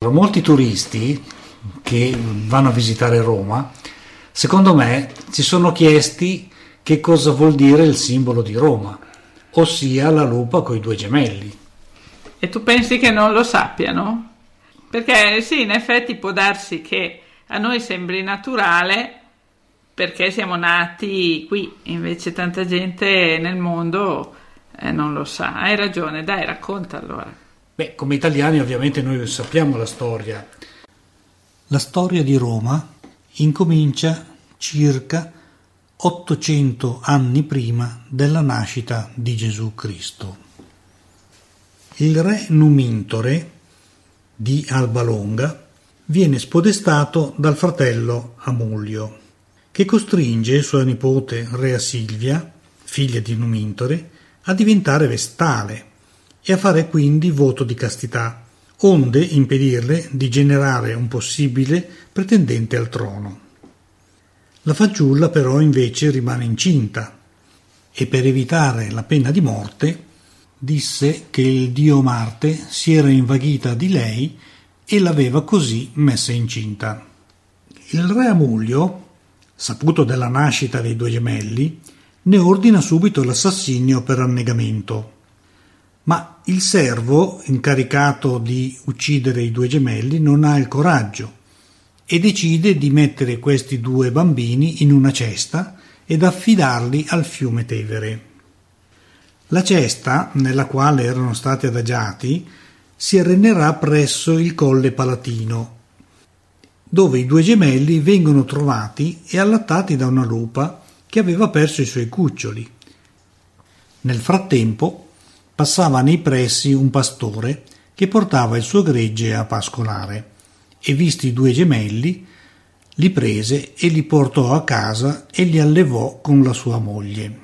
Molti turisti che vanno a visitare Roma, secondo me, si sono chiesti che cosa vuol dire il simbolo di Roma, ossia la lupa coi due gemelli. E tu pensi che non lo sappiano? Perché sì, in effetti può darsi che a noi sembri naturale perché siamo nati qui, invece tanta gente nel mondo non lo sa. Hai ragione, dai, racconta allora. Beh, come italiani ovviamente noi sappiamo la storia. La storia di Roma incomincia circa 800 anni prima della nascita di Gesù Cristo. Il re Numintore di Alba Longa viene spodestato dal fratello Amulio, che costringe sua nipote Rea Silvia, figlia di Numintore, a diventare vestale e a fare quindi voto di castità, onde impedirle di generare un possibile pretendente al trono. La fanciulla però invece rimane incinta e per evitare la pena di morte disse che il dio Marte si era invaghita di lei e l'aveva così messa incinta. Il re Amulio, saputo della nascita dei due gemelli, ne ordina subito l'assassinio per annegamento. Ma il servo, incaricato di uccidere i due gemelli, non ha il coraggio e decide di mettere questi due bambini in una cesta ed affidarli al fiume Tevere. La cesta, nella quale erano stati adagiati, si arennerà presso il Colle Palatino, dove i due gemelli vengono trovati e allattati da una lupa che aveva perso i suoi cuccioli. Nel frattempo passava nei pressi un pastore che portava il suo gregge a pascolare e visti i due gemelli li prese e li portò a casa e li allevò con la sua moglie.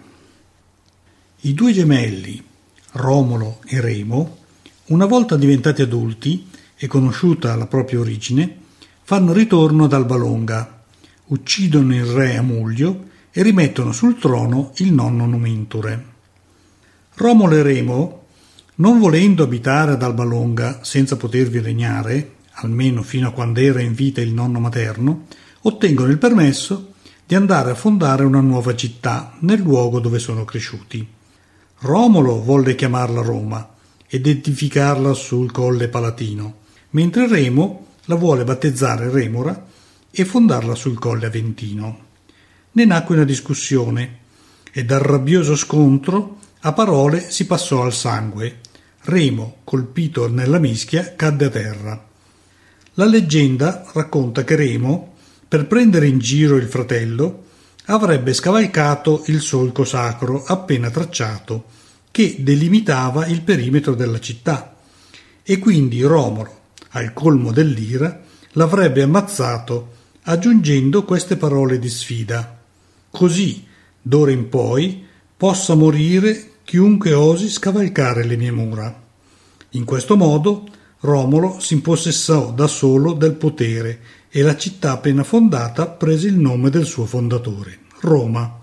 I due gemelli, Romolo e Remo, una volta diventati adulti e conosciuta la propria origine, fanno ritorno ad Alba Longa, uccidono il re Amulio e rimettono sul trono il nonno Numintore. Romolo e Remo, non volendo abitare ad Alba Longa senza potervi regnare, almeno fino a quando era in vita il nonno materno, ottengono il permesso di andare a fondare una nuova città nel luogo dove sono cresciuti. Romolo volle chiamarla Roma ed edificarla sul Colle Palatino, mentre Remo la vuole battezzare Remora e fondarla sul Colle Aventino. Ne nacque una discussione e dal rabbioso scontro a parole si passò al sangue. Remo, colpito nella mischia, cadde a terra. La leggenda racconta che Remo, per prendere in giro il fratello, avrebbe scavalcato il solco sacro appena tracciato, che delimitava il perimetro della città, e quindi Romolo, al colmo dell'ira, l'avrebbe ammazzato, aggiungendo queste parole di sfida: «Così, d'ora in poi, possa morire chiunque osi scavalcare le mie mura». In questo modo Romolo si impossessò da solo del potere e la città appena fondata prese il nome del suo fondatore, Roma.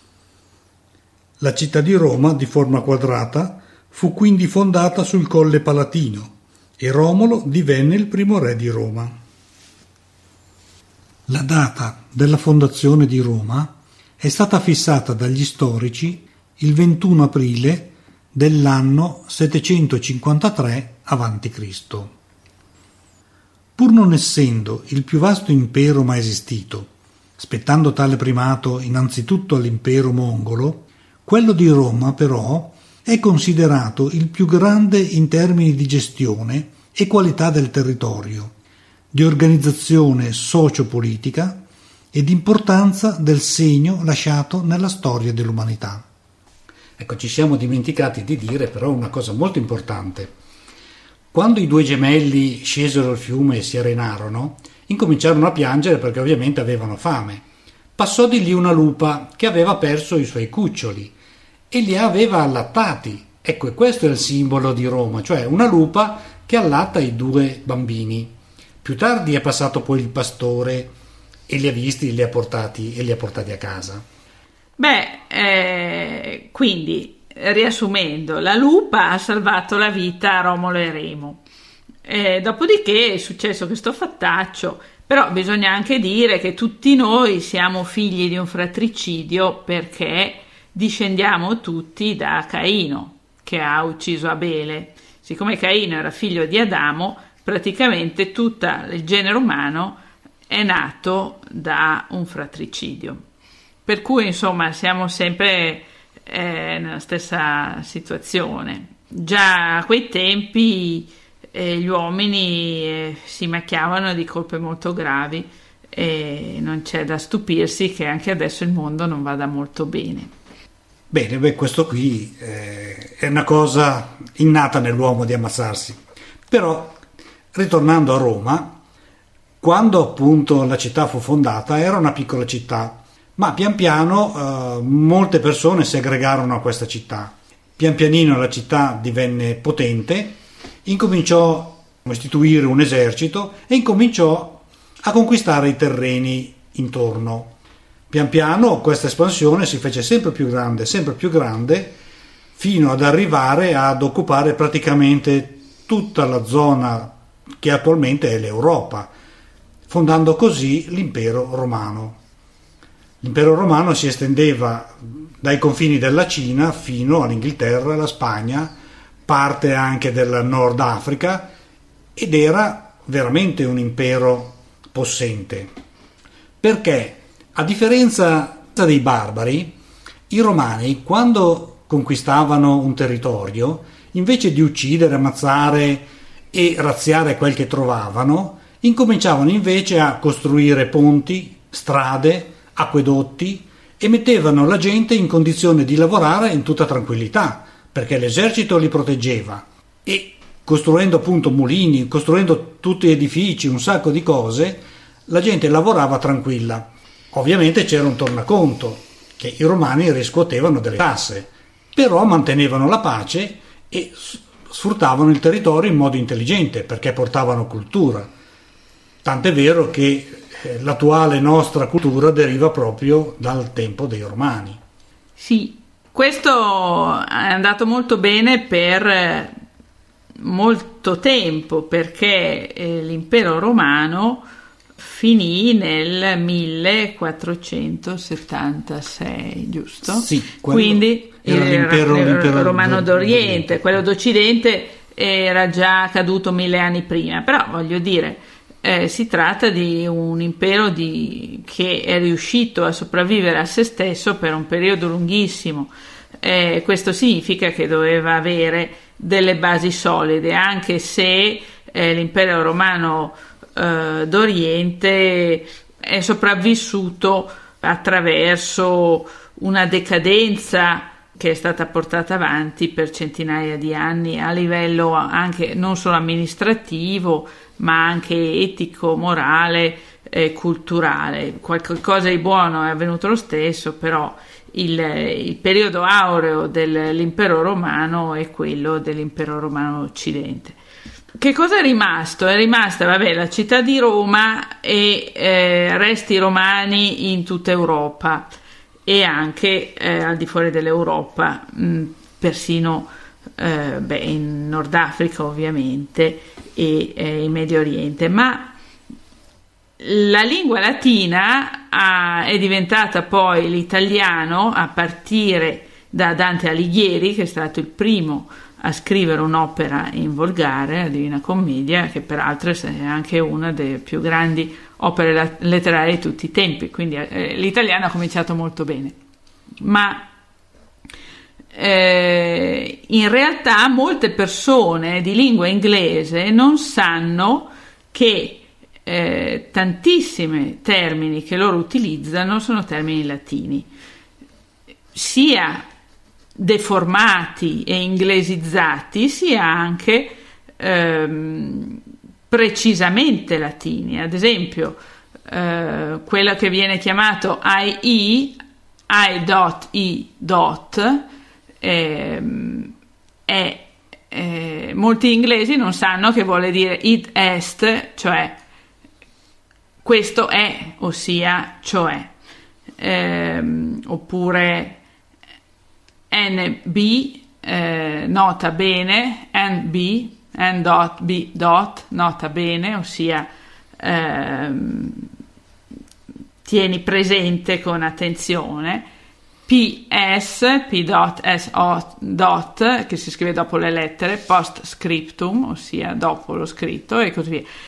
La città di Roma, di forma quadrata, fu quindi fondata sul Colle Palatino e Romolo divenne il primo re di Roma. La data della fondazione di Roma è stata fissata dagli storici il 21 aprile dell'anno 753 a.C. Pur non essendo il più vasto impero mai esistito, spettando tale primato innanzitutto all'impero mongolo, quello di Roma però è considerato il più grande in termini di gestione e qualità del territorio, di organizzazione socio-politica e di importanza del segno lasciato nella storia dell'umanità. Ecco, ci siamo dimenticati di dire però una cosa molto importante. Quando i due gemelli scesero al fiume e si arenarono, incominciarono a piangere perché ovviamente avevano fame. Passò di lì una lupa che aveva perso i suoi cuccioli e li aveva allattati. Ecco, e questo è il simbolo di Roma, cioè una lupa che allatta i due bambini. Più tardi è passato poi il pastore e li ha visti e li ha portati a casa. Quindi, riassumendo, la lupa ha salvato la vita a Romolo e Remo. Dopodiché è successo questo fattaccio, però bisogna anche dire che tutti noi siamo figli di un fratricidio, perché discendiamo tutti da Caino, che ha ucciso Abele. Siccome Caino era figlio di Adamo, praticamente tutto il genere umano è nato da un fratricidio. Per cui, insomma, siamo sempre nella stessa situazione. Già a quei tempi gli uomini si macchiavano di colpe molto gravi, e non c'è da stupirsi che anche adesso il mondo non vada molto bene. Bene, questo qui è una cosa innata nell'uomo di ammazzarsi. Però, ritornando a Roma, quando appunto la città fu fondata era una piccola città, ma pian piano molte persone si aggregarono a questa città. Pian pianino la città divenne potente, incominciò a istituire un esercito e incominciò a conquistare i terreni intorno. Pian piano questa espansione si fece sempre più grande, fino ad arrivare ad occupare praticamente tutta la zona che attualmente è l'Europa, fondando così l'impero romano. L'impero romano si estendeva dai confini della Cina fino all'Inghilterra, alla Spagna, parte anche del Nord Africa, ed era veramente un impero possente. Perché, a differenza dei barbari, i romani, quando conquistavano un territorio, invece di uccidere, ammazzare e razziare quel che trovavano, incominciavano invece a costruire ponti, strade, acquedotti, e mettevano la gente in condizione di lavorare in tutta tranquillità, perché l'esercito li proteggeva, e costruendo appunto mulini, costruendo tutti gli edifici, un sacco di cose, la gente lavorava tranquilla. Ovviamente c'era un tornaconto, che i romani riscuotevano delle tasse, però mantenevano la pace e sfruttavano il territorio in modo intelligente, perché portavano cultura. Tant'è vero che l'attuale nostra cultura deriva proprio dal tempo dei romani. Sì, questo è andato molto bene per molto tempo, perché l'impero romano finì nel 1476, giusto? Sì, quindi era l'impero romano d'Oriente, quello d'Occidente era già caduto 1000 anni prima, però voglio dire, si tratta di un impero che è riuscito a sopravvivere a se stesso per un periodo lunghissimo. Questo significa che doveva avere delle basi solide, anche se l'impero romano d'Oriente è sopravvissuto attraverso una decadenza che è stata portata avanti per centinaia di anni a livello anche non solo amministrativo, ma anche etico, morale, culturale. Qualcosa di buono è avvenuto lo stesso, però il periodo aureo dell'impero romano è quello dell'impero romano occidente. Che cosa è rimasto? È rimasta, la città di Roma e resti romani in tutta Europa e anche al di fuori dell'Europa, persino in Nord Africa ovviamente e in Medio Oriente. Ma la lingua latina è diventata poi l'italiano a partire da Dante Alighieri, che è stato il primo a scrivere un'opera in volgare, la Divina Commedia, che peraltro è anche una delle più grandi opere letterarie di tutti i tempi, quindi l'italiano ha cominciato molto bene. Ma in realtà molte persone di lingua inglese non sanno che tantissimi termini che loro utilizzano sono termini latini, sia deformati e inglesizzati, sia anche precisamente latini. Ad esempio, quello che viene chiamato IE, molti inglesi non sanno che vuole dire id est, cioè questo è, ossia cioè, oppure NB, nota bene, NB, N.B. nota bene, ossia tieni presente con attenzione. P.S. P.S.O. che si scrive dopo le lettere, post scriptum, ossia dopo lo scritto, e così via.